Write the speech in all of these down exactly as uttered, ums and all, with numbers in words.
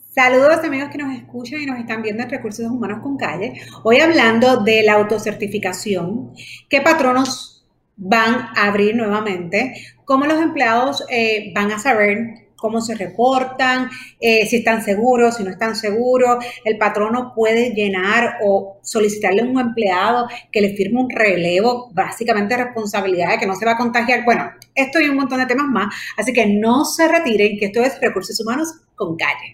Saludos amigos que nos escuchan y nos están viendo en Recursos Humanos con Calle. Hoy hablando de la autocertificación, qué patronos van a abrir nuevamente, cómo los empleados eh, van a saber cómo se reportan, eh, si están seguros, si no están seguros. El patrono puede llenar o solicitarle a un empleado que le firme un relevo, básicamente responsabilidad de que no se va a contagiar. Bueno, esto y un montón de temas más, así que no se retiren, que esto es Recursos Humanos con Calle.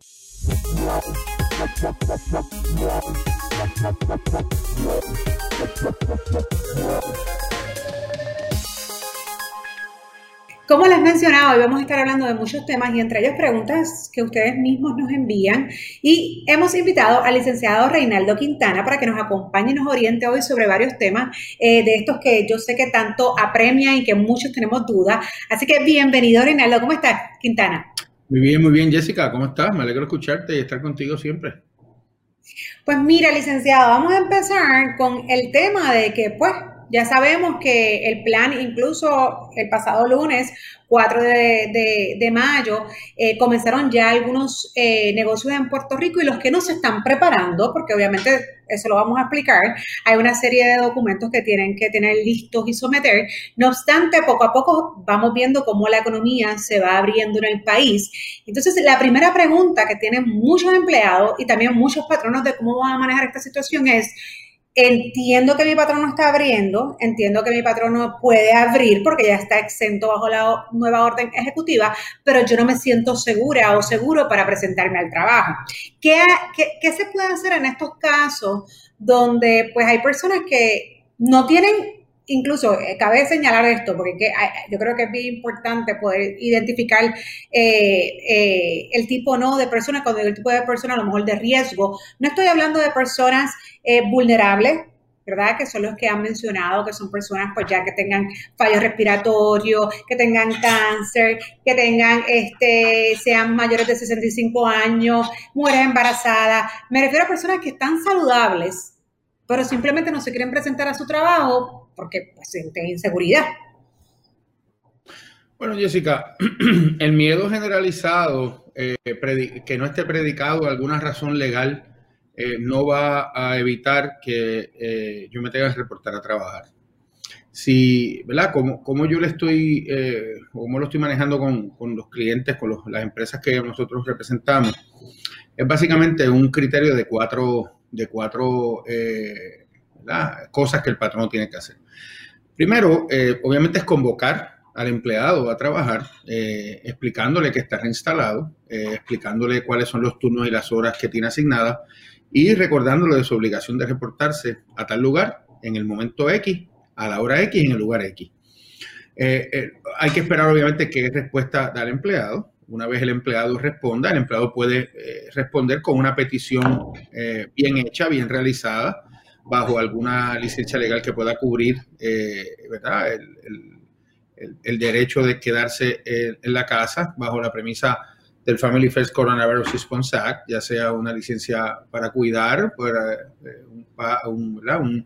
Como les mencionaba, hoy vamos a estar hablando de muchos temas y entre ellos preguntas que ustedes mismos nos envían y hemos invitado al licenciado Reinaldo Quintana para que nos acompañe y nos oriente hoy sobre varios temas eh, de estos que yo sé que tanto apremian y que muchos tenemos dudas. Así que bienvenido, Reinaldo. ¿Cómo estás, Quintana? Muy bien, muy bien, Jessica. ¿Cómo estás? Me alegro escucharte y estar contigo siempre. Pues mira, licenciado, vamos a empezar con el tema de que, pues, ya sabemos que el plan, incluso el pasado lunes, cuatro de, de, de mayo, eh, comenzaron ya algunos eh, negocios en Puerto Rico y los que no se están preparando, porque obviamente eso lo vamos a explicar, hay una serie de documentos que tienen que tener listos y someter. No obstante, poco a poco vamos viendo cómo la economía se va abriendo en el país. Entonces, la primera pregunta que tienen muchos empleados y también muchos patronos de cómo van a manejar esta situación es: entiendo que mi patrono está abriendo, entiendo que mi patrono puede abrir porque ya está exento bajo la nueva orden ejecutiva, pero yo no me siento segura o seguro para presentarme al trabajo. ¿Qué, qué, qué se puede hacer en estos casos donde pues hay personas que no tienen, incluso eh, cabe señalar esto, porque que, yo creo que es bien importante poder identificar eh, eh, el tipo no de personas, cuando digo el tipo de persona a lo mejor de riesgo. No estoy hablando de personas eh, vulnerables, ¿verdad? Que son los que han mencionado, que son personas pues ya que tengan fallo respiratorio, que tengan cáncer, que tengan, este, sean mayores de sesenta y cinco años, mujeres embarazadas. Me refiero a personas que están saludables, pero simplemente no se quieren presentar a su trabajo porque pues, sienten inseguridad. Bueno, Jessica, el miedo generalizado, eh, que no esté predicado alguna razón legal, eh, no va a evitar que eh, yo me tenga que reportar a trabajar. Si, ¿verdad? Como, como yo le estoy, eh, cómo lo estoy manejando con, con los clientes, con los, las empresas que nosotros representamos, es básicamente un criterio de cuatro, de cuatro eh, cosas que el patrón tiene que hacer. Primero, eh, obviamente es convocar al empleado a trabajar, eh, explicándole que está reinstalado, eh, explicándole cuáles son los turnos y las horas que tiene asignadas y recordándole de su obligación de reportarse a tal lugar en el momento X, a la hora X, en el lugar X. Eh, eh, hay que esperar obviamente qué respuesta da el empleado. Una vez el empleado responda, el empleado puede eh, responder con una petición eh, bien hecha, bien realizada, bajo alguna licencia legal que pueda cubrir eh, ¿verdad? El, el, el, el derecho de quedarse en, en la casa, bajo la premisa del Family First Coronavirus Response Act, ya sea una licencia para cuidar, para eh, un, un, un,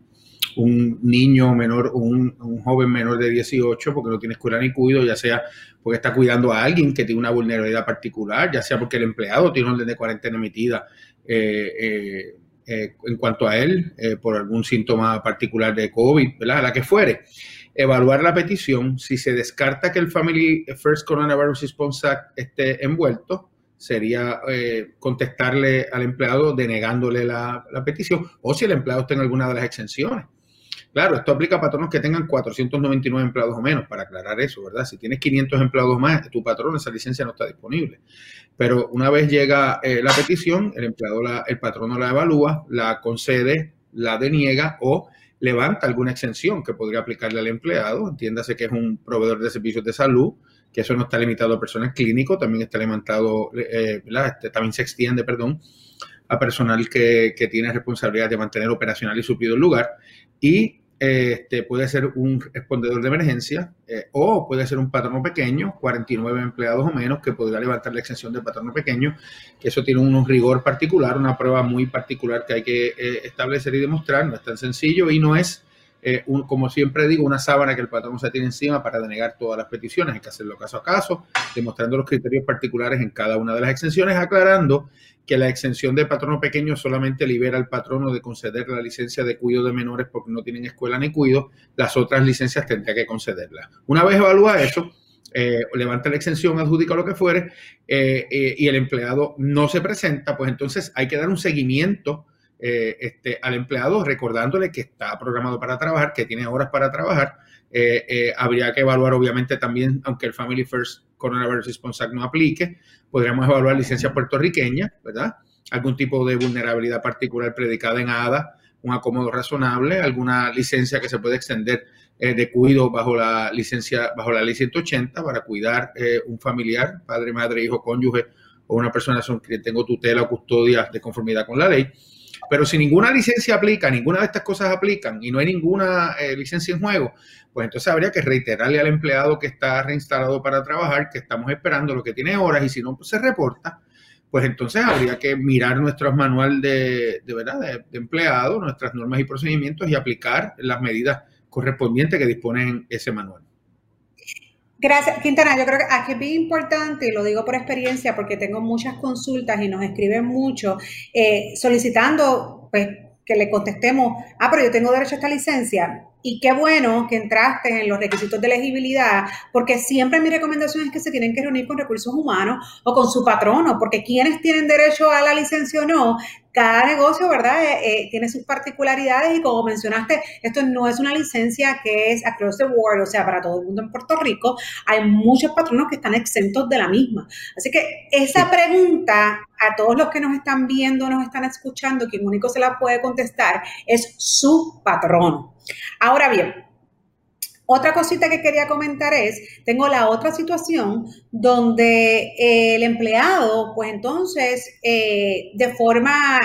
un niño menor o un, un joven menor de dieciocho, porque no tiene escuela ni cuido, ya sea porque está cuidando a alguien que tiene una vulnerabilidad particular, ya sea porque el empleado tiene una orden de cuarentena emitida eh, eh, eh, en cuanto a él, eh, por algún síntoma particular de COVID, ¿verdad? La que fuere. Evaluar la petición. Si se descarta que el Family First Coronavirus Response Act esté envuelto, sería eh, contestarle al empleado denegándole la, la petición, o si el empleado está en alguna de las exenciones. Claro, esto aplica a patronos que tengan cuatrocientos noventa y nueve empleados o menos, para aclarar eso, ¿verdad? Si tienes quinientos empleados más, tu patrón, esa licencia no está disponible. Pero una vez llega eh, la petición, el empleado, la, el patrono la evalúa, la concede, la deniega o levanta alguna exención que podría aplicarle al empleado. Entiéndase que es un proveedor de servicios de salud, que eso no está limitado a personal clínico, también está limitado, eh, este, también se extiende, perdón, a personal que, que tiene responsabilidad de mantener operacional y suplido el lugar. Y este, puede ser un respondedor de emergencia eh, o puede ser un patrono pequeño, cuarenta y nueve empleados o menos, que podrá levantar la exención de patrono pequeño, que eso tiene un rigor particular, una prueba muy particular que hay que eh, establecer y demostrar. No es tan sencillo y no es eh, un, como siempre digo, una sábana que el patrón se tiene encima para denegar todas las peticiones. Hay que hacerlo caso a caso, demostrando los criterios particulares en cada una de las exenciones, aclarando que la exención de patrono pequeño solamente libera al patrono de conceder la licencia de cuidado de menores porque no tienen escuela ni cuido. Las otras licencias tendría que concederlas. Una vez evalúa eso, eh, levanta la exención, adjudica lo que fuere, eh, eh, y el empleado no se presenta, pues entonces hay que dar un seguimiento eh, este, al empleado recordándole que está programado para trabajar, que tiene horas para trabajar. Eh, eh, habría que evaluar obviamente también, aunque el Family First Coronavirus Response Act no aplique, podríamos evaluar licencias puertorriqueñas, ¿verdad? Algún tipo de vulnerabilidad particular predicada en A D A, un acomodo razonable, alguna licencia que se puede extender eh, de cuidado bajo la licencia, bajo la ley ciento ochenta para cuidar eh, un familiar, padre, madre, hijo, cónyuge o una persona que tenga tutela o custodia de conformidad con la ley. Pero si ninguna licencia aplica, ninguna de estas cosas aplican y no hay ninguna eh, licencia en juego, pues entonces habría que reiterarle al empleado que está reinstalado para trabajar que estamos esperando lo que tiene horas y si no pues se reporta, pues entonces habría que mirar nuestro manual de, de, ¿verdad? de, de empleado, nuestras normas y procedimientos y aplicar las medidas correspondientes que disponen ese manual. Gracias, Quintana. Yo creo que aquí es bien importante, y lo digo por experiencia, porque tengo muchas consultas y nos escriben mucho eh, solicitando pues, que le contestemos, ah, pero yo tengo derecho a esta licencia. Y qué bueno que entraste en los requisitos de elegibilidad, porque siempre mi recomendación es que se tienen que reunir con recursos humanos o con su patrono, porque quienes tienen derecho a la licencia o no, cada negocio, ¿verdad? Eh, eh, tiene sus particularidades y como mencionaste, esto no es una licencia que es across the board, o sea, para todo el mundo en Puerto Rico. Hay muchos patronos que están exentos de la misma. Así que esa pregunta a todos los que nos están viendo, nos están escuchando, quien único se la puede contestar es su patrono. Ahora bien, otra cosita que quería comentar es, tengo la otra situación donde eh, el empleado, pues entonces, eh, de forma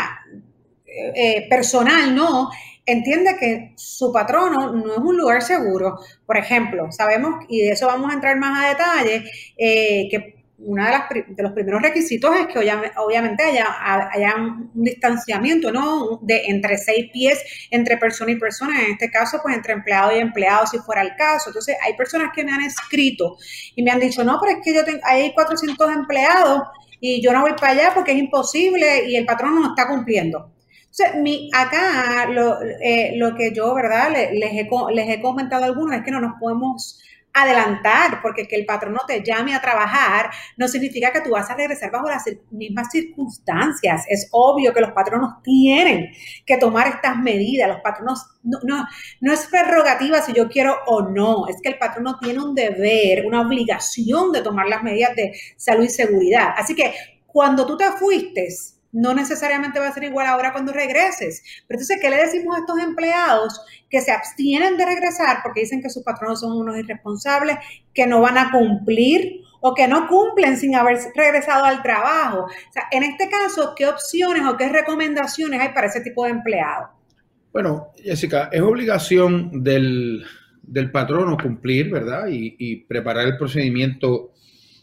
eh, personal, ¿no? Entiende que su patrono no es un lugar seguro. Por ejemplo, sabemos, y de eso vamos a entrar más a detalle, eh, que uno de, las, de los primeros requisitos es que obviamente haya, haya un distanciamiento, ¿no? De entre seis pies entre persona y persona, en este caso, pues entre empleado y empleado, si fuera el caso. Entonces, hay personas que me han escrito y me han dicho, no, pero es que yo tengo, hay cuatrocientos empleados y yo no voy para allá porque es imposible y el patrón no está cumpliendo. Entonces, mi, acá lo, eh, lo que yo, ¿verdad? Les, les, he, les he comentado a algunos es que no nos podemos adelantar, porque que el patrón no te llame a trabajar no significa que tú vas a regresar bajo las mismas circunstancias. Es obvio que los patronos tienen que tomar estas medidas. Los patronos, no, no, no es prerrogativa si yo quiero o no, es que el patrono tiene un deber, una obligación de tomar las medidas de salud y seguridad. Así que cuando tú te fuiste, no necesariamente va a ser igual ahora cuando regreses. Pero entonces, ¿qué le decimos a estos empleados que se abstienen de regresar porque dicen que sus patronos son unos irresponsables, que no van a cumplir o que no cumplen sin haber regresado al trabajo? O sea, en este caso, ¿qué opciones o qué recomendaciones hay para ese tipo de empleados? Bueno, Jessica, es obligación del, del patrono cumplir, ¿verdad? Y, y preparar el procedimiento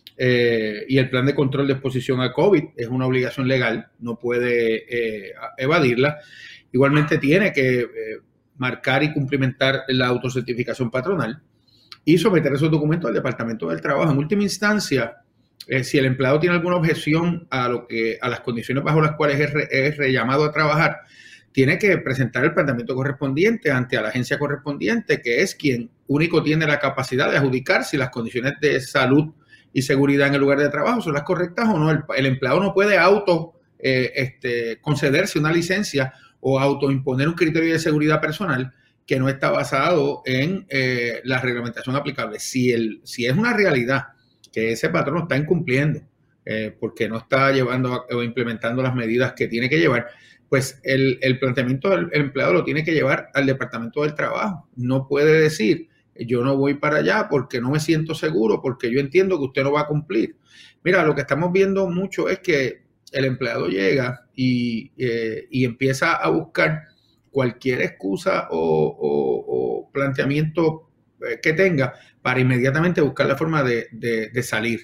Eh, y el plan de control de exposición a COVID es una obligación legal, no puede eh, evadirla. Igualmente tiene que eh, marcar y cumplimentar la autocertificación patronal y someter esos documentos al Departamento del Trabajo. En última instancia, eh, si el empleado tiene alguna objeción a, lo que, a las condiciones bajo las cuales es, re, es rellamado a trabajar, tiene que presentar el planteamiento correspondiente ante la agencia correspondiente, que es quien único tiene la capacidad de adjudicar si las condiciones de salud y seguridad en el lugar de trabajo son las correctas o no. El, el empleado no puede auto eh, este, concederse una licencia o autoimponer un criterio de seguridad personal que no está basado en eh, la reglamentación aplicable. Si, el, si es una realidad que ese patrón está incumpliendo eh, porque no está llevando a, o implementando las medidas que tiene que llevar, pues el, el planteamiento del empleado lo tiene que llevar al Departamento del Trabajo. No puede decir, yo no voy para allá porque no me siento seguro, porque yo entiendo que usted no va a cumplir. Mira, lo que estamos viendo mucho es que el empleado llega y, eh, y empieza a buscar cualquier excusa o, o, o planteamiento que tenga para inmediatamente buscar la forma de, de, de salir.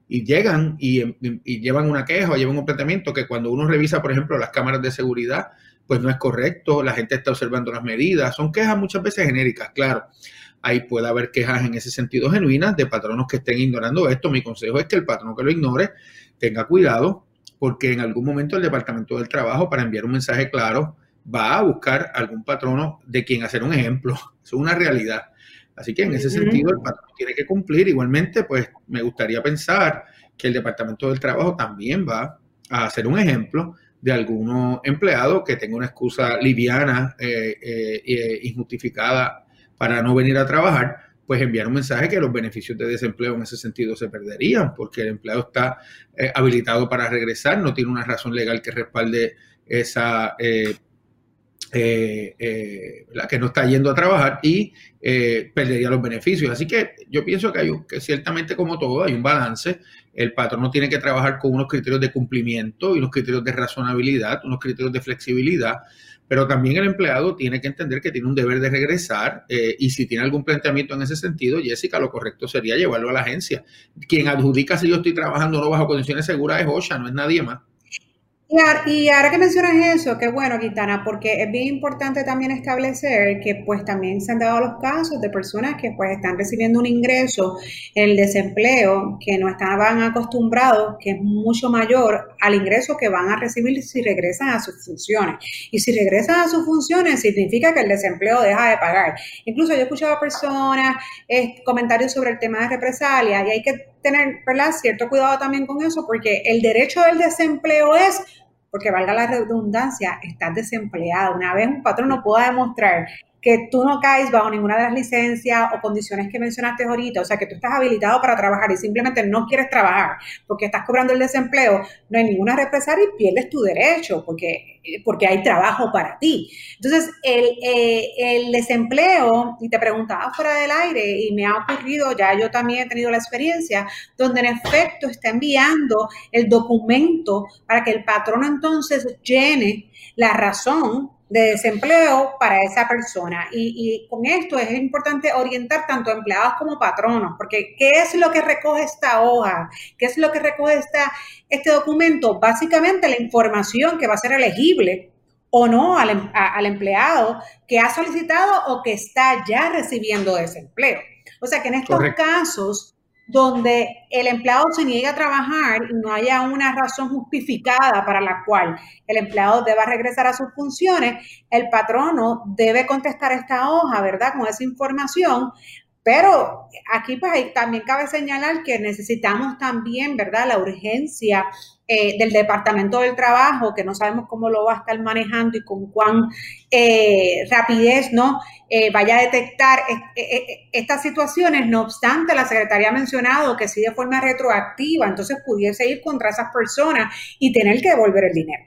y llegan y, y llevan una queja o llevan un planteamiento que cuando uno revisa, por ejemplo, las cámaras de seguridad, pues no es correcto, la gente está observando las medidas, son quejas muchas veces genéricas, claro. Ahí puede haber quejas en ese sentido genuinas de patronos que estén ignorando esto. Mi consejo es que el patrono que lo ignore tenga cuidado, porque en algún momento el Departamento del Trabajo, para enviar un mensaje claro, va a buscar algún patrono de quien hacer un ejemplo. Eso es una realidad. Así que en ese sentido el patrono tiene que cumplir. Igualmente, pues me gustaría pensar que el Departamento del Trabajo también va a hacer un ejemplo de algunos empleados que tenga una excusa liviana, eh, eh, eh, injustificada para no venir a trabajar, pues enviar un mensaje que los beneficios de desempleo en ese sentido se perderían, porque el empleado está eh, habilitado para regresar, no tiene una razón legal que respalde esa, eh, eh, eh, que no está yendo a trabajar y eh, perdería los beneficios. Así que yo pienso que hay un, que ciertamente, como todo, hay un balance. El patrono tiene que trabajar con unos criterios de cumplimiento y unos criterios de razonabilidad, unos criterios de flexibilidad, pero también el empleado tiene que entender que tiene un deber de regresar eh, y si tiene algún planteamiento en ese sentido, Jessica, lo correcto sería llevarlo a la agencia. Quien adjudica si yo estoy trabajando o no bajo condiciones seguras es OSHA, no es nadie más. Y ahora que mencionas eso, qué bueno, Quintana, porque es bien importante también establecer que pues también se han dado los casos de personas que pues están recibiendo un ingreso en el desempleo que no estaban acostumbrados, que es mucho mayor al ingreso que van a recibir si regresan a sus funciones. Y si regresan a sus funciones significa que el desempleo deja de pagar. Incluso yo he escuchado a personas eh, comentarios sobre el tema de represalia y hay que tener, ¿verdad?, cierto cuidado también con eso, porque el derecho del desempleo es, porque valga la redundancia, estás desempleado. Una vez un patrón no pueda demostrar que tú no caes bajo ninguna de las licencias o condiciones que mencionaste ahorita, o sea, que tú estás habilitado para trabajar y simplemente no quieres trabajar porque estás cobrando el desempleo, no hay ninguna represalia y pierdes tu derecho porque, porque hay trabajo para ti. Entonces, el, eh, el desempleo, y te preguntaba fuera del aire, y me ha ocurrido, ya yo también he tenido la experiencia, donde en efecto está enviando el documento para que el patrón entonces llene la razón de desempleo para esa persona. Y, y con esto es importante orientar tanto a empleados como patronos, porque ¿qué es lo que recoge esta hoja? ¿Qué es lo que recoge esta, este documento? Básicamente la información que va a ser elegible o no al, a, al empleado que ha solicitado o que está ya recibiendo desempleo. O sea que en estos Correcto. casos donde el empleado se niegue a trabajar y no haya una razón justificada para la cual el empleado deba regresar a sus funciones, el patrono debe contestar esta hoja, ¿verdad?, con esa información. Pero aquí pues ahí también cabe señalar que necesitamos también, ¿verdad?, la urgencia eh, del Departamento del Trabajo, que no sabemos cómo lo va a estar manejando y con cuán eh, rapidez, ¿no?, eh, vaya a detectar eh, eh, estas situaciones. No obstante, la Secretaría ha mencionado que sí de forma retroactiva, entonces pudiese ir contra esas personas y tener que devolver el dinero.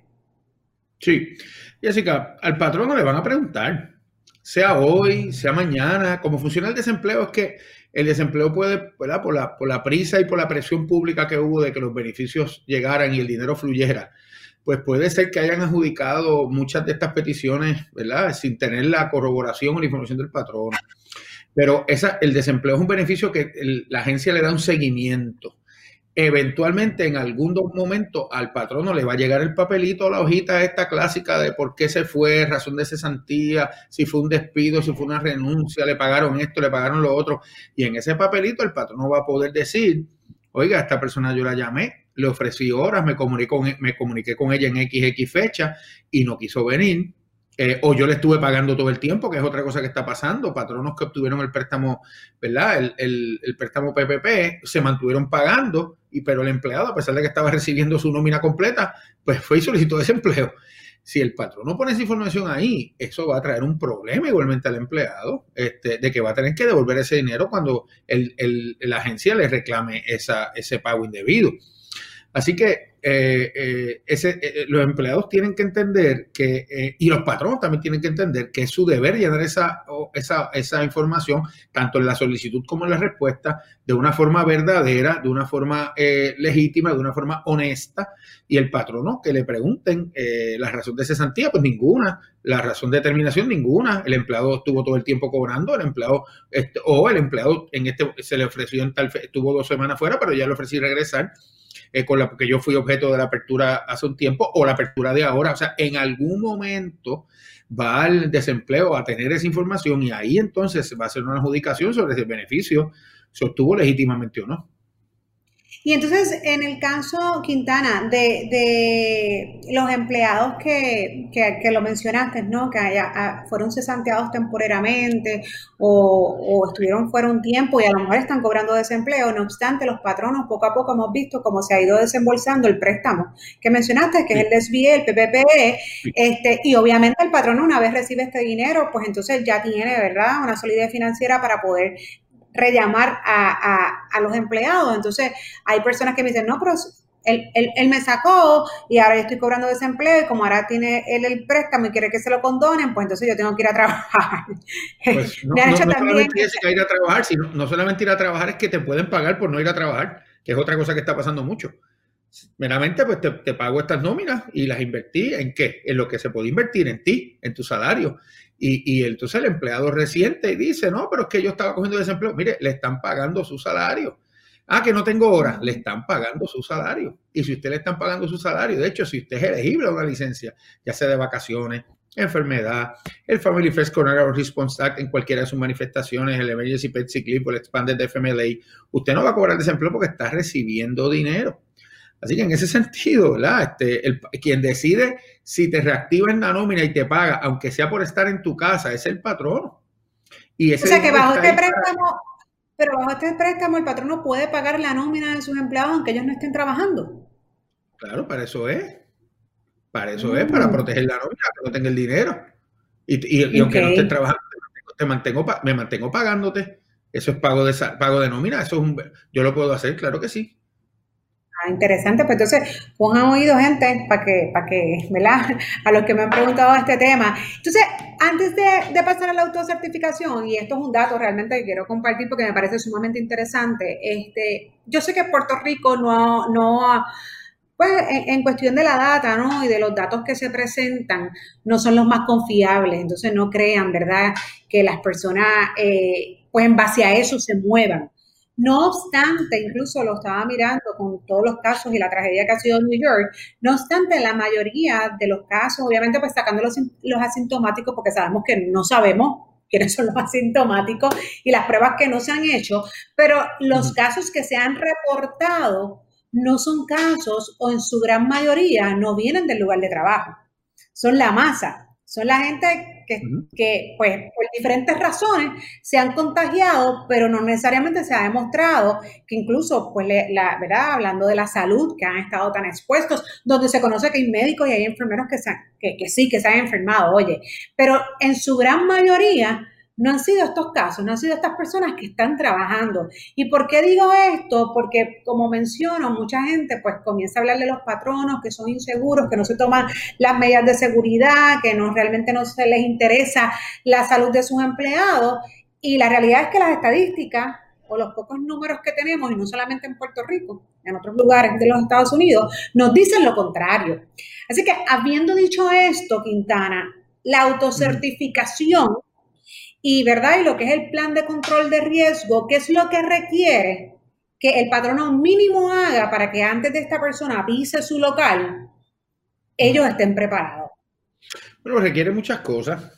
Sí, Jessica, al patrono le van a preguntar, sea hoy, sea mañana. Cómo funciona el desempleo es que el desempleo puede, ¿verdad?, por la, por la prisa y por la presión pública que hubo de que los beneficios llegaran y el dinero fluyera, pues puede ser que hayan adjudicado muchas de estas peticiones, ¿verdad?, sin tener la corroboración o la información del patrono. Pero esa, el desempleo es un beneficio que el, la agencia le da un seguimiento. Eventualmente, en algún momento, al patrono le va a llegar el papelito o la hojita esta clásica de por qué se fue, razón de cesantía, si fue un despido, si fue una renuncia, le pagaron esto, le pagaron lo otro. Y en ese papelito el patrono va a poder decir, oiga, esta persona yo la llamé, le ofrecí horas, me comuniqué con, me comuniqué con ella en equis equis fecha y no quiso venir. Eh, o yo le estuve pagando todo el tiempo, que es otra cosa que está pasando. Patronos que obtuvieron el préstamo, ¿verdad?, el, el, el préstamo P P P, se mantuvieron pagando, y pero el empleado, a pesar de que estaba recibiendo su nómina completa, pues fue y solicitó desempleo. Si el patrono pone esa información ahí, eso va a traer un problema igualmente al empleado, este, de que va a tener que devolver ese dinero cuando el, el, la agencia le reclame esa, ese pago indebido. Así que eh, eh, ese, eh, los empleados tienen que entender que, eh, y los patronos también tienen que entender que es su deber llenar esa, esa, esa información, tanto en la solicitud como en la respuesta, de una forma verdadera, de una forma eh, legítima, de una forma honesta, y el patrono que le pregunten eh, la razón de cesantía, pues ninguna, la razón de terminación, ninguna, el empleado estuvo todo el tiempo cobrando, el empleado, este, o el empleado en este se le ofreció en tal, estuvo dos semanas fuera, pero ya le ofrecí regresar, eh, con la porque yo fui objeto de la apertura hace un tiempo, o la apertura de ahora, o sea, en algún momento va al desempleo a tener esa información y ahí entonces va a ser una adjudicación sobre si el beneficio se obtuvo legítimamente o no. Y entonces, en el caso, Quintana, de, de los empleados que, que, que lo mencionaste, ¿no? Que haya, a, fueron cesanteados temporariamente o, o estuvieron fuera un tiempo y a lo mejor están cobrando desempleo. No obstante, los patronos poco a poco hemos visto cómo se ha ido desembolsando el préstamo que mencionaste, que sí. Es el D S B A, el P P P E, sí. este, y obviamente el patrono una vez recibe este dinero, pues entonces ya tiene, ¿verdad?, una solidez financiera para poder rellamar a, a, a los empleados. Entonces hay personas que me dicen, no, pero él, él, él me sacó y ahora yo estoy cobrando desempleo y como ahora tiene él el préstamo y quiere que se lo condonen, pues entonces yo tengo que ir a trabajar. Pues no, no, no solamente es ir a trabajar, sino no solamente ir a trabajar, es que te pueden pagar por no ir a trabajar, que es otra cosa que está pasando mucho. Meramente pues te, te pago estas nóminas y las invertí ¿en qué? En lo que se puede invertir en ti, en tu salario. Y, y entonces el empleado reciente dice, no, pero es que yo estaba cogiendo desempleo. Mire, le están pagando su salario. Ah, que no tengo horas. Le están pagando su salario. Y si usted le están pagando su salario, de hecho, si usted es elegible a una licencia, ya sea de vacaciones, enfermedad, el Family First Coronavirus Response Act en cualquiera de sus manifestaciones, el Emergency Paid Sick Leave o el Expanded F M L A, usted no va a cobrar desempleo porque está recibiendo dinero. Así que en ese sentido, ¿verdad? Este, el, quien decide si te reactivan la nómina y te paga, aunque sea por estar en tu casa, es el patrono. Y ese o sea que bajo este préstamo, para... pero bajo este préstamo el patrono puede pagar la nómina de sus empleados aunque ellos no estén trabajando. Claro, para eso es. Para eso mm. es, para proteger la nómina, que no tenga el dinero. Y, y, y okay. aunque no estés trabajando, te mantengo, te mantengo, me mantengo pagándote. Eso es pago de, pago de nómina. Eso es un, yo lo puedo hacer, claro que sí. Ah, interesante, pues entonces pongan oído, gente, para que, para que, ¿verdad? A los que me han preguntado este tema. Entonces, antes de, de pasar a la autocertificación, y esto es un dato realmente que quiero compartir porque me parece sumamente interesante, este, yo sé que Puerto Rico no, no pues en, en cuestión de la data, ¿no? Y de los datos que se presentan, no son los más confiables, entonces no crean, ¿verdad?, que las personas, eh, pues en base a eso se muevan. No obstante, incluso lo estaba mirando con todos los casos y la tragedia que ha sido en New York, no obstante, la mayoría de los casos, obviamente pues sacando los, los asintomáticos, porque sabemos que no sabemos quiénes son los asintomáticos y las pruebas que no se han hecho, pero los casos que se han reportado no son casos, o en su gran mayoría no vienen del lugar de trabajo, son la masa. Son la gente que, que, pues, por diferentes razones se han contagiado, pero no necesariamente se ha demostrado que incluso, pues, la, ¿verdad?, hablando de la salud, que han estado tan expuestos, donde se conoce que hay médicos y hay enfermeros que, se han, que, que sí, que se han enfermado, oye, pero en su gran mayoría no han sido estos casos, no han sido estas personas que están trabajando. ¿Y por qué digo esto? Porque, como menciono, mucha gente pues comienza a hablar de los patronos que son inseguros, que no se toman las medidas de seguridad, que no realmente no se les interesa la salud de sus empleados. Y la realidad es que las estadísticas o los pocos números que tenemos, y no solamente en Puerto Rico, en otros lugares de los Estados Unidos, nos dicen lo contrario. Así que, habiendo dicho esto, Quintana, la autocertificación y, ¿verdad?, y lo que es el plan de control de riesgo, ¿qué es lo que requiere que el patrono mínimo haga para que antes de esta persona pise su local, ellos estén preparados? Bueno, requiere muchas cosas,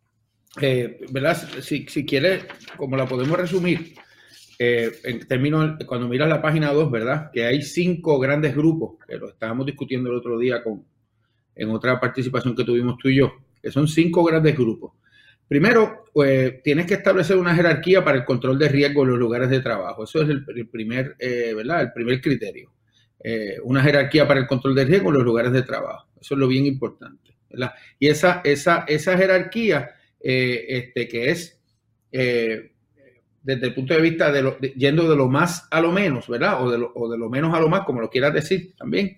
eh, ¿verdad? Si, si quieres, como la podemos resumir, eh, en términos, cuando miras la página dos, ¿verdad?, que hay cinco grandes grupos, que lo estábamos discutiendo el otro día con, en otra participación que tuvimos tú y yo, que son cinco grandes grupos. Primero, pues, tienes que establecer una jerarquía para el control de riesgo en los lugares de trabajo. Eso es el, el primer, eh, ¿verdad?, el primer criterio. Eh, una jerarquía para el control de riesgo en los lugares de trabajo. Eso es lo bien importante, ¿verdad? Y esa, esa, esa jerarquía, eh, este, que es eh, desde el punto de vista de, lo, de yendo de lo más a lo menos, ¿verdad? O de lo, o de lo menos a lo más, como lo quieras decir también.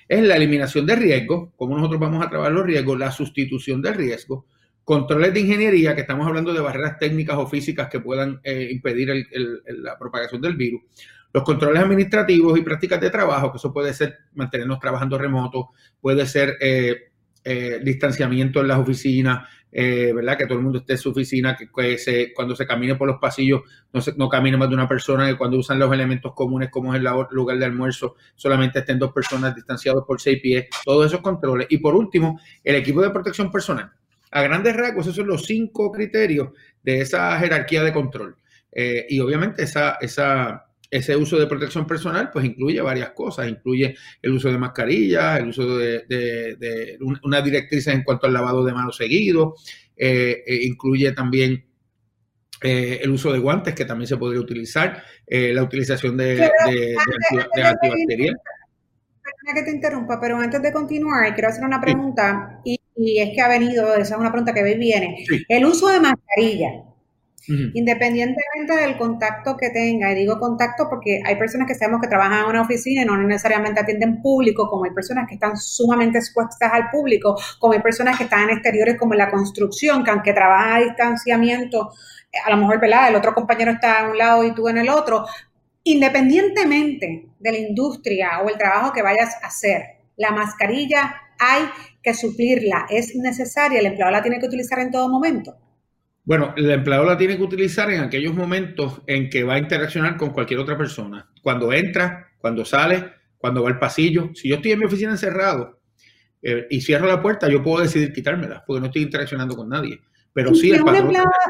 es la eliminación de riesgos, cómo nosotros vamos a trabajar los riesgos, la sustitución del riesgo, controles de ingeniería, que estamos hablando de barreras técnicas o físicas que puedan eh, impedir el, el, la propagación del virus, los controles administrativos y prácticas de trabajo, que eso puede ser mantenernos trabajando remoto, puede ser eh, eh, distanciamiento en las oficinas, eh, ¿verdad? Que todo el mundo esté en su oficina, que, que se, cuando se camine por los pasillos no, se, no camine más de una persona, que cuando usan los elementos comunes como es el lugar de almuerzo solamente estén dos personas distanciados por seis pies, todos esos controles. Y por último, el equipo de protección personal. A grandes rasgos, esos son los cinco criterios de esa jerarquía de control. Eh, y obviamente esa, esa, ese uso de protección personal pues incluye varias cosas. Incluye el uso de mascarillas, el uso de, de, de una directriz en cuanto al lavado de manos seguido. Eh, eh, incluye también eh, el uso de guantes, que también se podría utilizar. Eh, la utilización de, de, de, de, de antibacterial. Perdona que te interrumpa, pero antes de continuar, quiero hacer una pregunta, sí. y, y es que ha venido, esa es una pregunta que viene. Sí. El uso de mascarilla, uh-huh. independientemente del contacto que tenga, y digo contacto porque hay personas que sabemos que trabajan en una oficina y no necesariamente atienden público, como hay personas que están sumamente expuestas al público, como hay personas que están en exteriores como en la construcción, que aunque trabajan a distanciamiento, a lo mejor, ¿verdad?, el otro compañero está a un lado y tú en el otro. Independientemente de la industria o el trabajo que vayas a hacer, la mascarilla hay que suplirla, es necesaria, el empleado la tiene que utilizar en todo momento. Bueno, el empleado la tiene que utilizar en aquellos momentos en que va a interaccionar con cualquier otra persona. Cuando entra, cuando sale, cuando va al pasillo. Si yo estoy en mi oficina encerrado eh, y cierro la puerta, yo puedo decidir quitármela porque no estoy interaccionando con nadie. Pero sí, el patrón...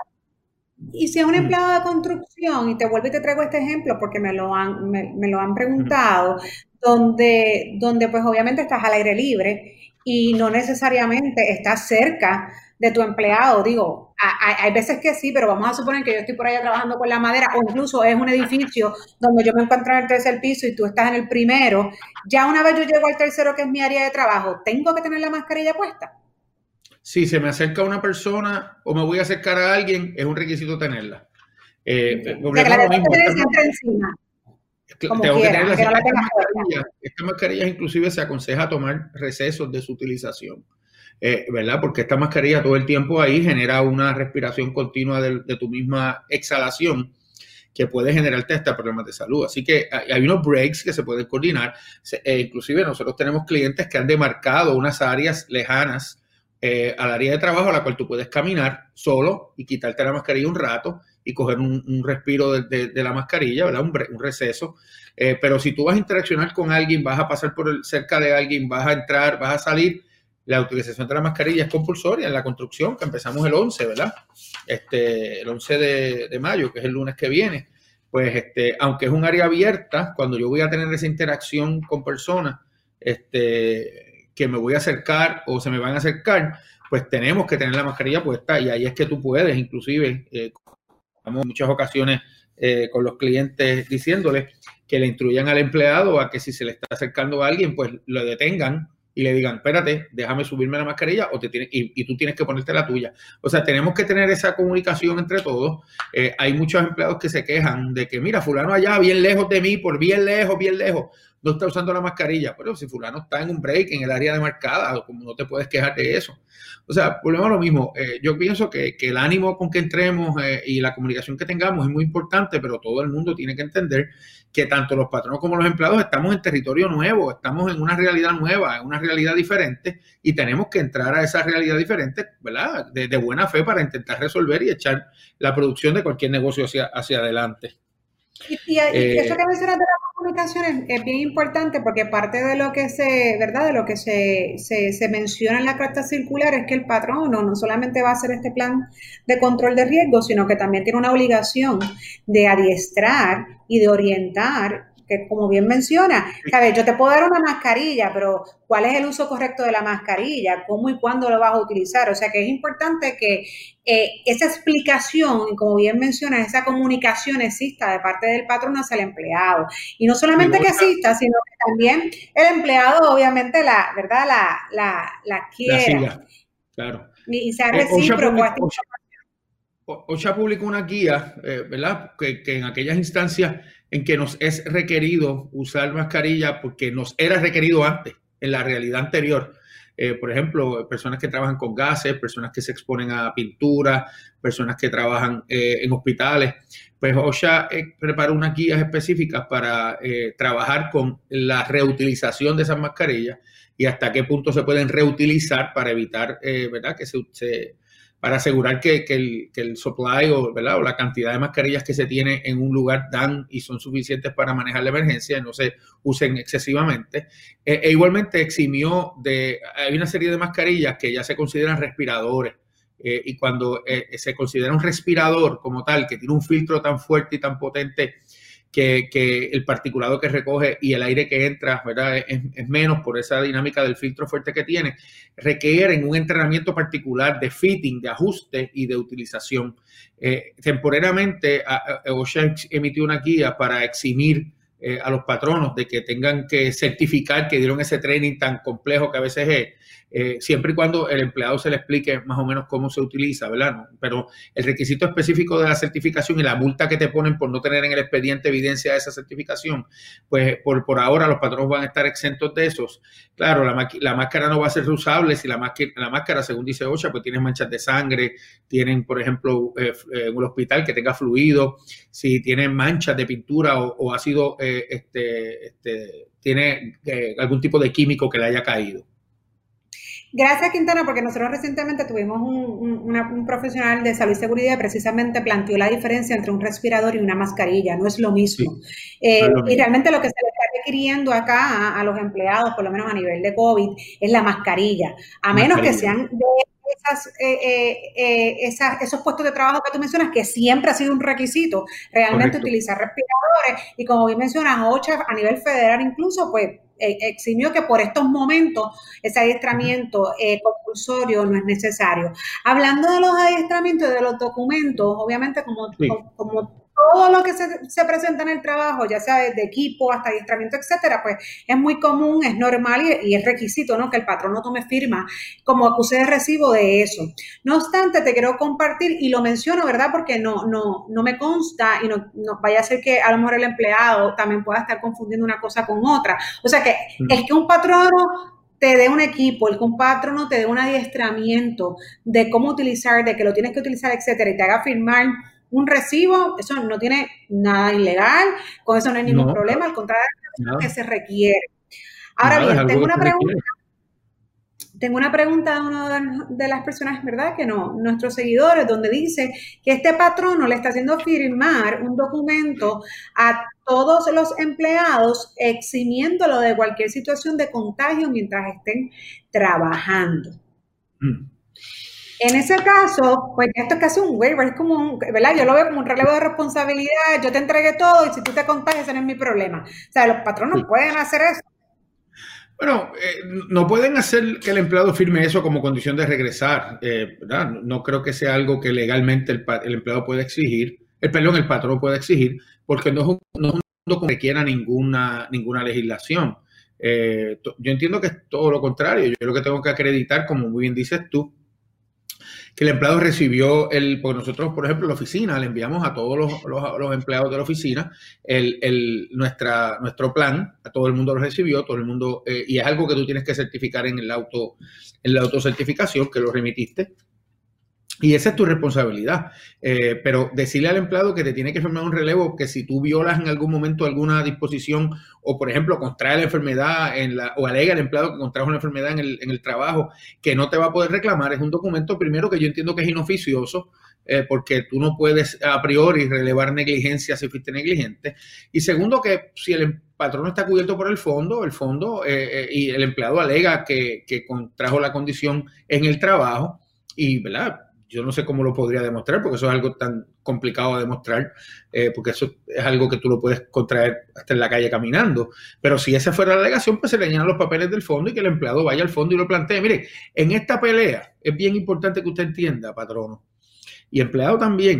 Y si es un empleado de construcción, y te vuelvo y te traigo este ejemplo porque me lo han, me, me lo han preguntado, donde, donde pues obviamente estás al aire libre y no necesariamente estás cerca de tu empleado. Digo, hay, hay veces que sí, pero vamos a suponer que yo estoy por allá trabajando con la madera, o incluso es un edificio donde yo me encuentro en el tercer piso y tú estás en el primero. Ya una vez yo llego al tercero, que es mi área de trabajo, ¿tengo que tener la mascarilla puesta? Si se me acerca una persona o me voy a acercar a alguien, es un requisito tenerla. Eh, okay. O sea, que la lo mismo, esta, siempre encima. Tengo quiera, que tenerla. Que no la esta, mascarilla, esta mascarilla inclusive se aconseja tomar recesos de su utilización, eh, ¿verdad? Porque esta mascarilla todo el tiempo ahí genera una respiración continua de, de tu misma exhalación que puede generarte hasta problemas de salud. Así que hay, hay unos breaks que se pueden coordinar. Se, eh, inclusive nosotros tenemos clientes que han demarcado unas áreas lejanas Eh, al área de trabajo a la cual tú puedes caminar solo y quitarte la mascarilla un rato y coger un, un respiro de, de, de la mascarilla, ¿verdad? Un, un receso. Eh, pero si tú vas a interaccionar con alguien, vas a pasar por el, cerca de alguien, vas a entrar, vas a salir, la utilización de la mascarilla es compulsoria en la construcción, que empezamos el once, ¿verdad? Este, el once de, de mayo, que es el lunes que viene. Pues, este, aunque es un área abierta, cuando yo voy a tener esa interacción con personas, este... que me voy a acercar o se me van a acercar, pues tenemos que tener la mascarilla puesta y ahí es que tú puedes, inclusive, eh, estamos en muchas ocasiones eh, con los clientes diciéndoles que le instruyan al empleado a que si se le está acercando a alguien, pues lo detengan y le digan, espérate, déjame subirme la mascarilla o te tienes, y, y tú tienes que ponerte la tuya. O sea, tenemos que tener esa comunicación entre todos. Eh, hay muchos empleados que se quejan de que, mira, fulano allá, bien lejos de mí, por bien lejos, bien lejos, no está usando la mascarilla. Pero si fulano está en un break, en el área demarcada, como no te puedes quejar de eso. O sea, volvemos a lo mismo. Eh, yo pienso que, que el ánimo con que entremos eh, y la comunicación que tengamos es muy importante, pero todo el mundo tiene que entender que tanto los patronos como los empleados estamos en territorio nuevo, estamos en una realidad nueva, en una realidad diferente y tenemos que entrar a esa realidad diferente, ¿verdad? De, de buena fe para intentar resolver y echar la producción de cualquier negocio hacia, hacia adelante. Y, y, eh, y eso que mencionas de la comunicación es, es bien importante porque parte de lo que se, ¿verdad? De lo que se, se, se menciona en la carta circular es que el patrono no solamente va a hacer este plan de control de riesgo, sino que también tiene una obligación de adiestrar y de orientar, que como bien menciona, ¿sabes? Yo te puedo dar una mascarilla, pero ¿cuál es el uso correcto de la mascarilla? ¿Cómo y cuándo lo vas a utilizar? O sea que es importante que eh, esa explicación, como bien menciona, esa comunicación exista de parte del patrón hacia el empleado. Y no solamente que exista, sino que también el empleado obviamente la, ¿verdad? La, la, la quiera. La siga, claro. Y, y sea recíproco. OSHA publicó una guía, eh, ¿verdad? Que, que en aquellas instancias en que nos es requerido usar mascarilla porque nos era requerido antes, en la realidad anterior. Eh, por ejemplo, personas que trabajan con gases, personas que se exponen a pintura, personas que trabajan eh, en hospitales. Pues OSHA eh, preparó unas guías específicas para eh, trabajar con la reutilización de esas mascarillas y hasta qué punto se pueden reutilizar para evitar, eh, ¿verdad? Que se, se para asegurar que, que, el, que el supply o, ¿verdad? o la cantidad de mascarillas que se tiene en un lugar dan y son suficientes para manejar la emergencia y no se usen excesivamente. E, e igualmente eximió de, hay una serie de mascarillas que ya se consideran respiradores. Eh, y cuando eh, se considera un respirador como tal, que tiene un filtro tan fuerte y tan potente que, que el particulado que recoge y el aire que entra, ¿verdad? Es, es menos por esa dinámica del filtro fuerte que tiene, requieren un entrenamiento particular de fitting, de ajuste y de utilización. Eh, temporariamente, OSHA emitió una guía para eximir eh, a los patronos de que tengan que certificar que dieron ese training tan complejo que a veces es, eh, siempre y cuando el empleado se le explique más o menos cómo se utiliza, ¿verdad? No, pero el requisito específico de la certificación y la multa que te ponen por no tener en el expediente evidencia de esa certificación, pues por, por ahora los patronos van a estar exentos de esos. Claro, la, la máscara no va a ser reusable si la, la máscara, según dice OSHA, pues tiene manchas de sangre, tienen, por ejemplo, eh, eh, un hospital que tenga fluido, si tienen manchas de pintura o, o ha sido, eh, este, este, tiene eh, algún tipo de químico que le haya caído. Gracias, Quintana, porque nosotros recientemente tuvimos un, un, una, un profesional de salud y seguridad que precisamente planteó la diferencia entre un respirador y una mascarilla. No es lo mismo. Sí, eh, no es lo mismo. Y realmente lo que se le está requiriendo acá a, a los empleados, por lo menos a nivel de COVID, es la mascarilla. A menos mascarilla. que sean de esas, eh, eh, eh, esas, esos puestos de trabajo que tú mencionas, que siempre ha sido un requisito, realmente Correcto. utilizar respiradores. Y como bien mencionas, OSHA a nivel federal incluso, pues, eximió que por estos momentos ese adiestramiento eh, compulsorio no es necesario. Hablando de los adiestramientos y de los documentos, obviamente como, sí. como, como todo lo que se, se presenta en el trabajo, ya sea de equipo hasta adiestramiento, etcétera, pues es muy común, es normal y, y es requisito, ¿no? Que el patrón no tome firma como acuse de recibo de eso. No obstante, te quiero compartir y lo menciono, ¿verdad? Porque no, no, no me consta y no, no vaya a ser que a lo mejor el empleado también pueda estar confundiendo una cosa con otra. O sea que mm. es que un patrono te dé un equipo, el que un patrono te dé un adiestramiento de cómo utilizar, de que lo tienes que utilizar, etcétera, y te haga firmar un recibo, eso no tiene nada ilegal, con eso no hay ningún no, problema, al contrario, es lo que se requiere. Ahora nada, bien, tengo una pregunta, requiere. tengo una pregunta de una de las personas, ¿verdad? Que no, nuestros seguidores, donde dice que este patrono le está haciendo firmar un documento a todos los empleados, eximiéndolo de cualquier situación de contagio mientras estén trabajando. Mm. En ese caso, pues esto es casi un waiver, es como un, ¿verdad? Yo lo veo como un relevo de responsabilidad, yo te entregué todo y si tú te contagias, ese no es mi problema. O sea, los patronos sí. pueden hacer eso. Bueno, eh, no pueden hacer que el empleado firme eso como condición de regresar, eh, ¿verdad? No creo que sea algo que legalmente el, el empleado puede exigir, el perdón, el patrón puede exigir, porque no es un, no es un documento que requiera ninguna, ninguna legislación. Eh, yo entiendo que es todo lo contrario, yo lo que tengo que acreditar, como muy bien dices tú, que el empleado recibió el, porque nosotros, por ejemplo, en la oficina le enviamos a todos los, los, los empleados de la oficina el, el, nuestra, nuestro plan, a todo el mundo lo recibió, todo el mundo, eh, y es algo que tú tienes que certificar en el auto, en la autocertificación, que lo remitiste. Y esa es tu responsabilidad, eh, pero decirle al empleado que te tiene que firmar un relevo, que si tú violas en algún momento alguna disposición o, por ejemplo, contrae la enfermedad en la, o alega al empleado que contrajo una enfermedad en el, en el trabajo, que no te va a poder reclamar, es un documento, primero, que yo entiendo que es inoficioso, eh, porque tú no puedes a priori relevar negligencia si fuiste negligente, y segundo, que si el patrón está cubierto por el fondo, el fondo eh, eh, y el empleado alega que, que contrajo la condición en el trabajo, y, ¿verdad?, yo no sé cómo lo podría demostrar, porque eso es algo tan complicado de demostrar, eh, porque eso es algo que tú lo puedes contraer hasta en la calle caminando. Pero si esa fuera la alegación, pues se le llenan los papeles del fondo y que el empleado vaya al fondo y lo plantee. Mire, en esta pelea es bien importante que usted entienda, patrono, y empleado también,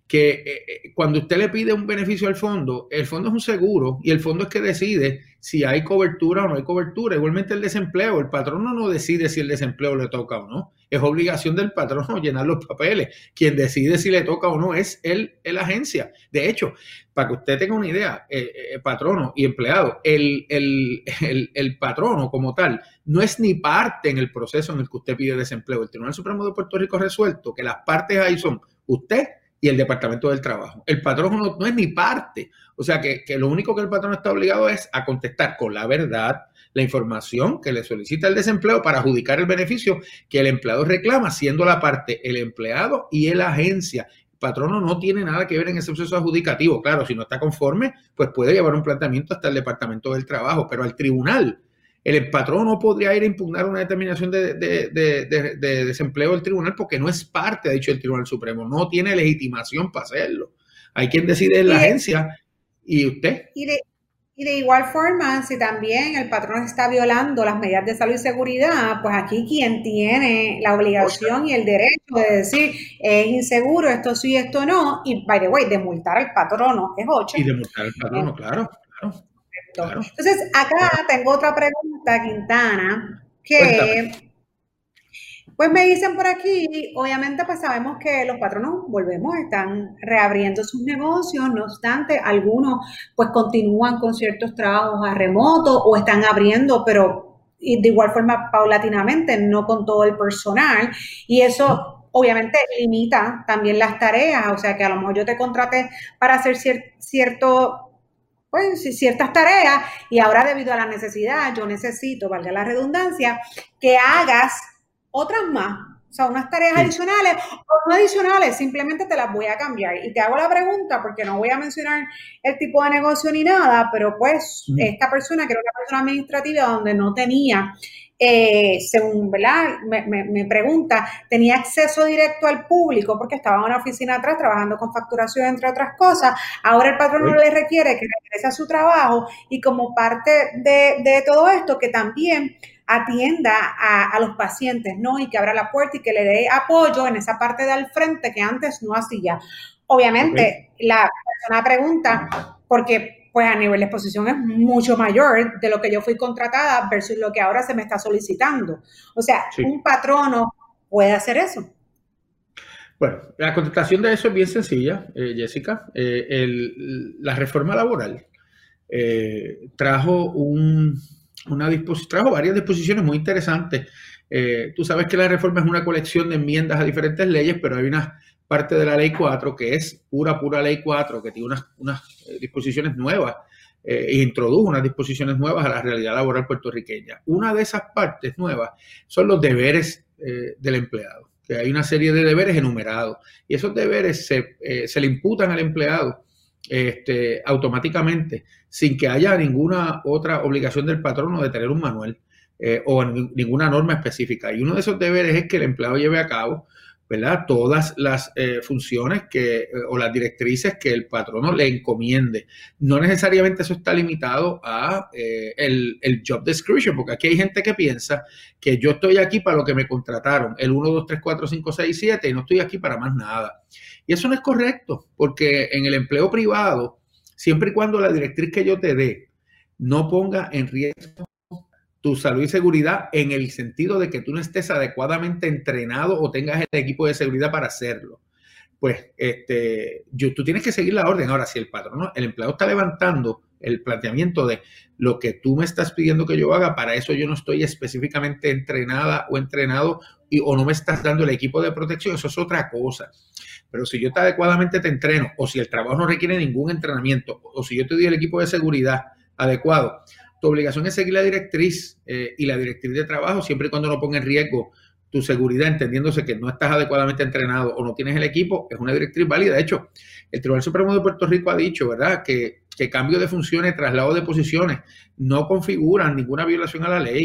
que eh, cuando usted le pide un beneficio al fondo, el fondo es un seguro y el fondo es que decide si hay cobertura o no hay cobertura. Igualmente el desempleo, el patrono no decide si el desempleo le toca o no. Es obligación del patrono llenar los papeles. Quien decide si le toca o no es el, el agencia. De hecho, para que usted tenga una idea, eh, eh, patrono y empleado, el, el, el, el patrono como tal no es ni parte en el proceso en el que usted pide desempleo. El Tribunal Supremo de Puerto Rico ha resuelto que las partes ahí son usted y el Departamento del Trabajo. El patrón no, no es ni parte. O sea que, que lo único que el patrón está obligado es a contestar con la verdad la información que le solicita el desempleo para adjudicar el beneficio que el empleado reclama, siendo la parte el empleado y la agencia. El patrono no tiene nada que ver en ese proceso adjudicativo. Claro, si no está conforme, pues puede llevar un planteamiento hasta el Departamento del Trabajo, pero al tribunal. El patrón no podría ir a impugnar una determinación de, de, de, de, de desempleo del tribunal porque no es parte, ha dicho el Tribunal Supremo, no tiene legitimación para hacerlo. Hay quien decide en la y agencia de, y usted. Y de, y de igual forma, si también el patrón está violando las medidas de salud y seguridad, pues aquí quien tiene la obligación o sea, y el derecho de decir es inseguro, esto sí, esto no, y by the way, de multar al patrono es ocho. Y de multar al patrono, eh, claro, claro. Claro. Entonces, acá tengo otra pregunta, Quintana, que pues me dicen por aquí, obviamente pues sabemos que los patronos, volvemos, están reabriendo sus negocios, no obstante, algunos pues continúan con ciertos trabajos a remoto o están abriendo, pero de igual forma paulatinamente, no con todo el personal, y eso obviamente limita también las tareas, o sea que a lo mejor yo te contraté para hacer cier- cierto... pues ciertas tareas y ahora debido a la necesidad yo necesito, valga la redundancia, que hagas otras más, o sea, unas tareas sí. adicionales o no adicionales, simplemente te las voy a cambiar y te hago la pregunta porque no voy a mencionar el tipo de negocio ni nada, pero pues sí. esta persona que era una persona administrativa donde no tenía Eh, según, ¿verdad? Me, me, me pregunta, tenía acceso directo al público porque estaba en una oficina atrás trabajando con facturación, entre otras cosas. Ahora el patrón sí. no le requiere que regrese a su trabajo y como parte de, de todo esto, que también atienda a, a los pacientes, ¿no? Y que abra la puerta y que le dé apoyo en esa parte de al frente que antes no hacía. Obviamente, okay. la persona pregunta, porque pues a nivel de exposición es mucho mayor de lo que yo fui contratada versus lo que ahora se me está solicitando. O sea, sí. un patrono puede hacer eso. Bueno, la contestación de eso es bien sencilla, eh, Jessica. Eh, el, la reforma laboral eh, trajo, un, una disposición, trajo varias disposiciones muy interesantes. Eh, tú sabes que la reforma es una colección de enmiendas a diferentes leyes, pero hay una parte de la ley cuatro que es pura, pura ley cuatro, que tiene unas, unas disposiciones nuevas eh, e introdujo unas disposiciones nuevas a la realidad laboral puertorriqueña. Una de esas partes nuevas son los deberes eh, del empleado, que hay una serie de deberes enumerados y esos deberes se, eh, se le imputan al empleado este, automáticamente sin que haya ninguna otra obligación del patrono de tener un manual eh, o ninguna norma específica. Y uno de esos deberes es que el empleado lleve a cabo, ¿verdad?, todas las eh, funciones que, eh, o las directrices que el patrono le encomiende. No necesariamente eso está limitado a eh, el, el job description, porque aquí hay gente que piensa que yo estoy aquí para lo que me contrataron, el uno, dos, tres, cuatro, cinco, seis, siete, y no estoy aquí para más nada. Y eso no es correcto, porque en el empleo privado, siempre y cuando la directriz que yo te dé no ponga en riesgo tu salud y seguridad en el sentido de que tú no estés adecuadamente entrenado o tengas el equipo de seguridad para hacerlo, pues este, yo, tú tienes que seguir la orden. Ahora, si el patrón, el empleado está levantando el planteamiento de lo que tú me estás pidiendo que yo haga, para eso yo no estoy específicamente entrenada o entrenado y, o no me estás dando el equipo de protección, eso es otra cosa. Pero si yo te adecuadamente te entreno, o si el trabajo no requiere ningún entrenamiento, o si yo te doy el equipo de seguridad adecuado, tu obligación es seguir la directriz eh, y la directriz de trabajo siempre y cuando no ponga en riesgo tu seguridad, entendiéndose que no estás adecuadamente entrenado o no tienes el equipo, es una directriz válida. De hecho, el Tribunal Supremo de Puerto Rico ha dicho, ¿verdad?, que, que cambio de funciones, traslado de posiciones no configuran ninguna violación a la ley.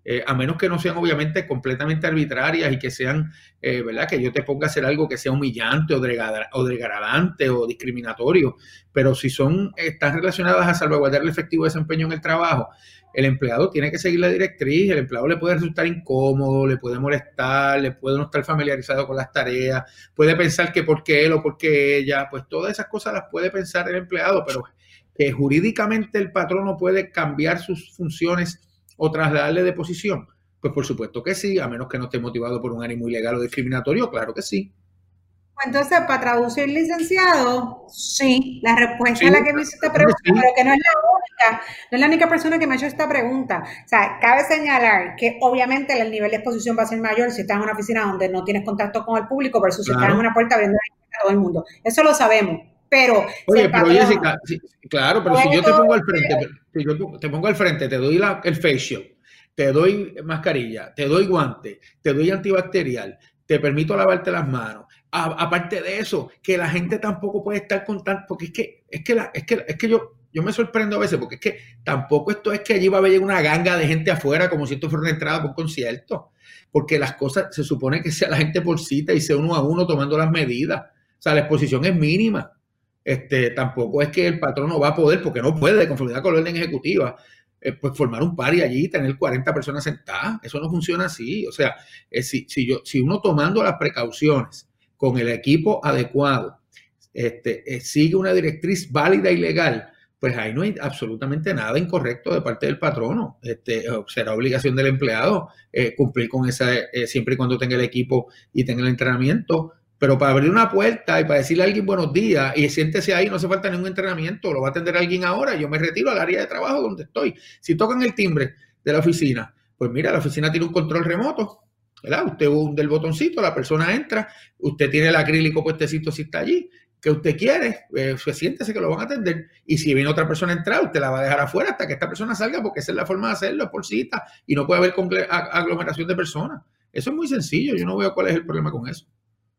eh, a menos que no sean obviamente completamente arbitrarias y que sean, eh, ¿verdad? Que yo te ponga a hacer algo que sea humillante o, degra o degradante o discriminatorio, pero si son, están relacionadas a salvaguardar el efectivo desempeño en el trabajo, el empleado tiene que seguir la directriz, el empleado le puede resultar incómodo, le puede molestar, le puede no estar familiarizado con las tareas, puede pensar que por qué él o por qué ella, pues todas esas cosas las puede pensar el empleado, pero que jurídicamente el patrón no puede cambiar sus funciones o trasladarle de posición, pues por supuesto que sí, a menos que no esté motivado por un ánimo ilegal o discriminatorio, claro que sí. Entonces, para traducir, licenciado, sí, la respuesta sí, a la que me hizo esta pregunta, sí. Pero que no es la única, no es la única persona que me ha hecho esta pregunta. O sea, cabe señalar que obviamente el nivel de exposición va a ser mayor si estás en una oficina donde no tienes contacto con el público versus claro. si estás en una puerta abriendo a todo el mundo. Eso lo sabemos. Pero, oye, si pero patrón, Jessica, sí, claro, pero si yo te pongo al frente, si yo te pongo al frente, te doy la, el face shield, te doy mascarilla, te doy guante, te doy antibacterial, te permito lavarte las manos. A, aparte de eso, que la gente tampoco puede estar con tanto, porque es que, es que, la, es que, es que yo, yo me sorprendo a veces, porque es que tampoco esto es que allí va a haber una ganga de gente afuera como si esto fuera una entrada por un concierto, porque las cosas se supone que sea la gente por cita y sea uno a uno tomando las medidas. O sea, la exposición es mínima. Este, tampoco es que el patrón no va a poder, porque no puede, de conformidad con la orden ejecutiva, eh, pues formar un party allí y tener cuarenta personas sentadas. Eso no funciona así. O sea, eh, si, si, yo, si uno tomando las precauciones con el equipo adecuado, este, eh, sigue una directriz válida y legal, pues ahí no hay absolutamente nada incorrecto de parte del patrono. Este, será obligación del empleado eh, cumplir con esa, eh, siempre y cuando tenga el equipo y tenga el entrenamiento. Pero para abrir una puerta y para decirle a alguien buenos días y siéntese ahí, no hace falta ningún entrenamiento, lo va a atender alguien ahora, yo me retiro al área de trabajo donde estoy. Si tocan el timbre de la oficina, pues mira, la oficina tiene un control remoto, ¿verdad? Usted hunde el botoncito, la persona entra, usted tiene el acrílico puestecito si está allí, que usted quiere, eh, pues siéntese que lo van a atender. Y si viene otra persona a entrar, usted la va a dejar afuera hasta que esta persona salga, porque esa es la forma de hacerlo, es por cita, y no puede haber aglomeración de personas. Eso es muy sencillo, yo no veo cuál es el problema con eso.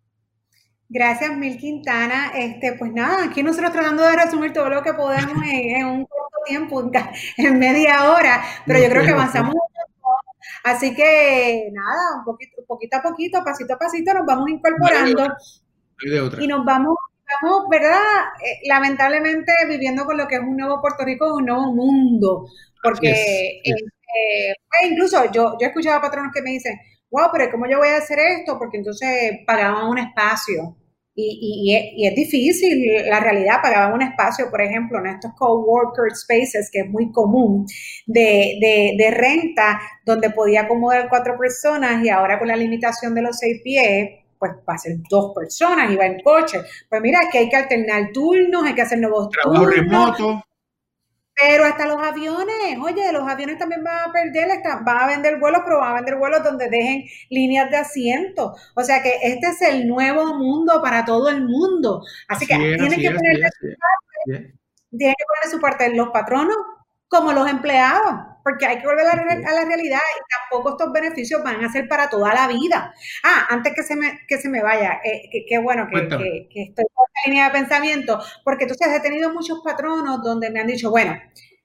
Gracias, Mil Quintana. Este, pues nada, aquí nosotros tratando de resumir todo lo que podemos en, en un corto tiempo, en, en media hora, pero no, yo creo que avanzamos un poco. Así que nada, un poquito, poquito a poquito, pasito a pasito, nos vamos incorporando y, de otra. y nos vamos, vamos, ¿verdad? Eh, lamentablemente viviendo con lo que es un nuevo Puerto Rico, un nuevo mundo, porque yes, yes. Eh, pues incluso yo, yo he escuchado a patronos que me dicen, wow, pero ¿cómo yo voy a hacer esto? Porque entonces pagaban un espacio y, y, y, es, y es difícil, la realidad, pagaban un espacio, por ejemplo, en estos coworker spaces, que es muy común, de, de, de renta, donde podía acomodar cuatro personas y ahora con la limitación de los seis pies, pues va a ser dos personas y va en coche. Pues mira, que hay que alternar turnos, hay que hacer nuevos Trabajo turnos. remoto. Pero hasta los aviones, oye, los aviones también van a perder, van a vender vuelos, pero van a vender vuelos donde dejen líneas de asiento. O sea que este es el nuevo mundo para todo el mundo. Así, así que es, tienen que poner de su parte, tienen que poner de su parte los patronos como los empleados, porque hay que volver a la, a la realidad y tampoco estos beneficios van a ser para toda la vida. Ah, antes que se me, que se me vaya, eh, que, que bueno que, que, que estoy con esta línea de pensamiento, porque entonces he tenido muchos patronos donde me han dicho, bueno,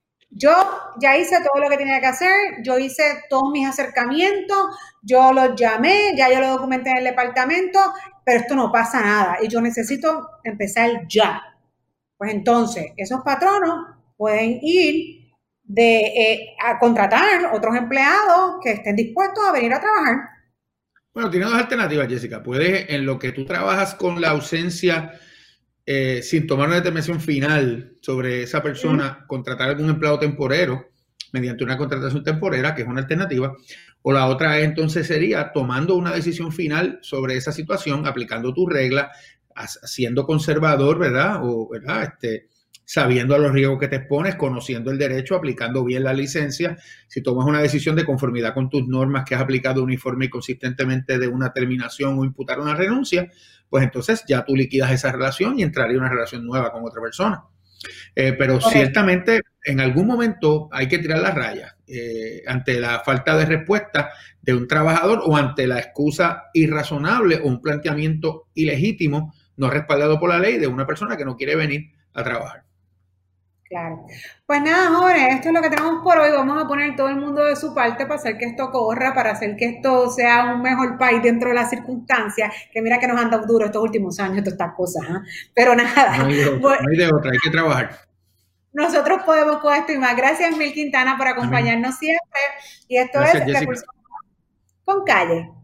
yo ya hice todo lo que tenía que hacer, yo hice todos mis acercamientos, yo los llamé, ya yo lo documenté en el departamento, pero esto no pasa nada y yo necesito empezar ya. Pues entonces, esos patronos pueden ir de eh, a contratar otros empleados que estén dispuestos a venir a trabajar. Bueno, tiene dos alternativas, Jessica. Puedes, en lo que tú trabajas con la ausencia, eh, sin tomar una determinación final sobre esa persona, uh-huh. contratar algún empleado temporero mediante una contratación temporera, que es una alternativa. O la otra entonces sería tomando una decisión final sobre esa situación, aplicando tu regla, siendo conservador, ¿verdad? O, ¿verdad? Este, sabiendo a los riesgos que te expones, conociendo el derecho, aplicando bien la licencia. Si tomas una decisión de conformidad con tus normas que has aplicado uniforme y consistentemente de una terminación o imputar una renuncia, pues entonces ya tú liquidas esa relación y entraría una relación nueva con otra persona. Eh, pero okay. ciertamente en algún momento hay que tirar la raya eh, ante la falta de respuesta de un trabajador o ante la excusa irrazonable o un planteamiento ilegítimo no respaldado por la ley de una persona que no quiere venir a trabajar. Claro. Pues nada, jóvenes, esto es lo que tenemos por hoy. Vamos a poner todo el mundo de su parte para hacer que esto corra, para hacer que esto sea un mejor país dentro de las circunstancias, que mira que nos han dado duro estos últimos años, todas estas cosas. ¿eh? Pero nada, No hay de otra, no hay de otra, hay que trabajar. Nosotros podemos con esto y más. Gracias, Mil Quintana, por acompañarnos Amén. Siempre. Y esto Gracias, es Jessica. Recursos con Calle.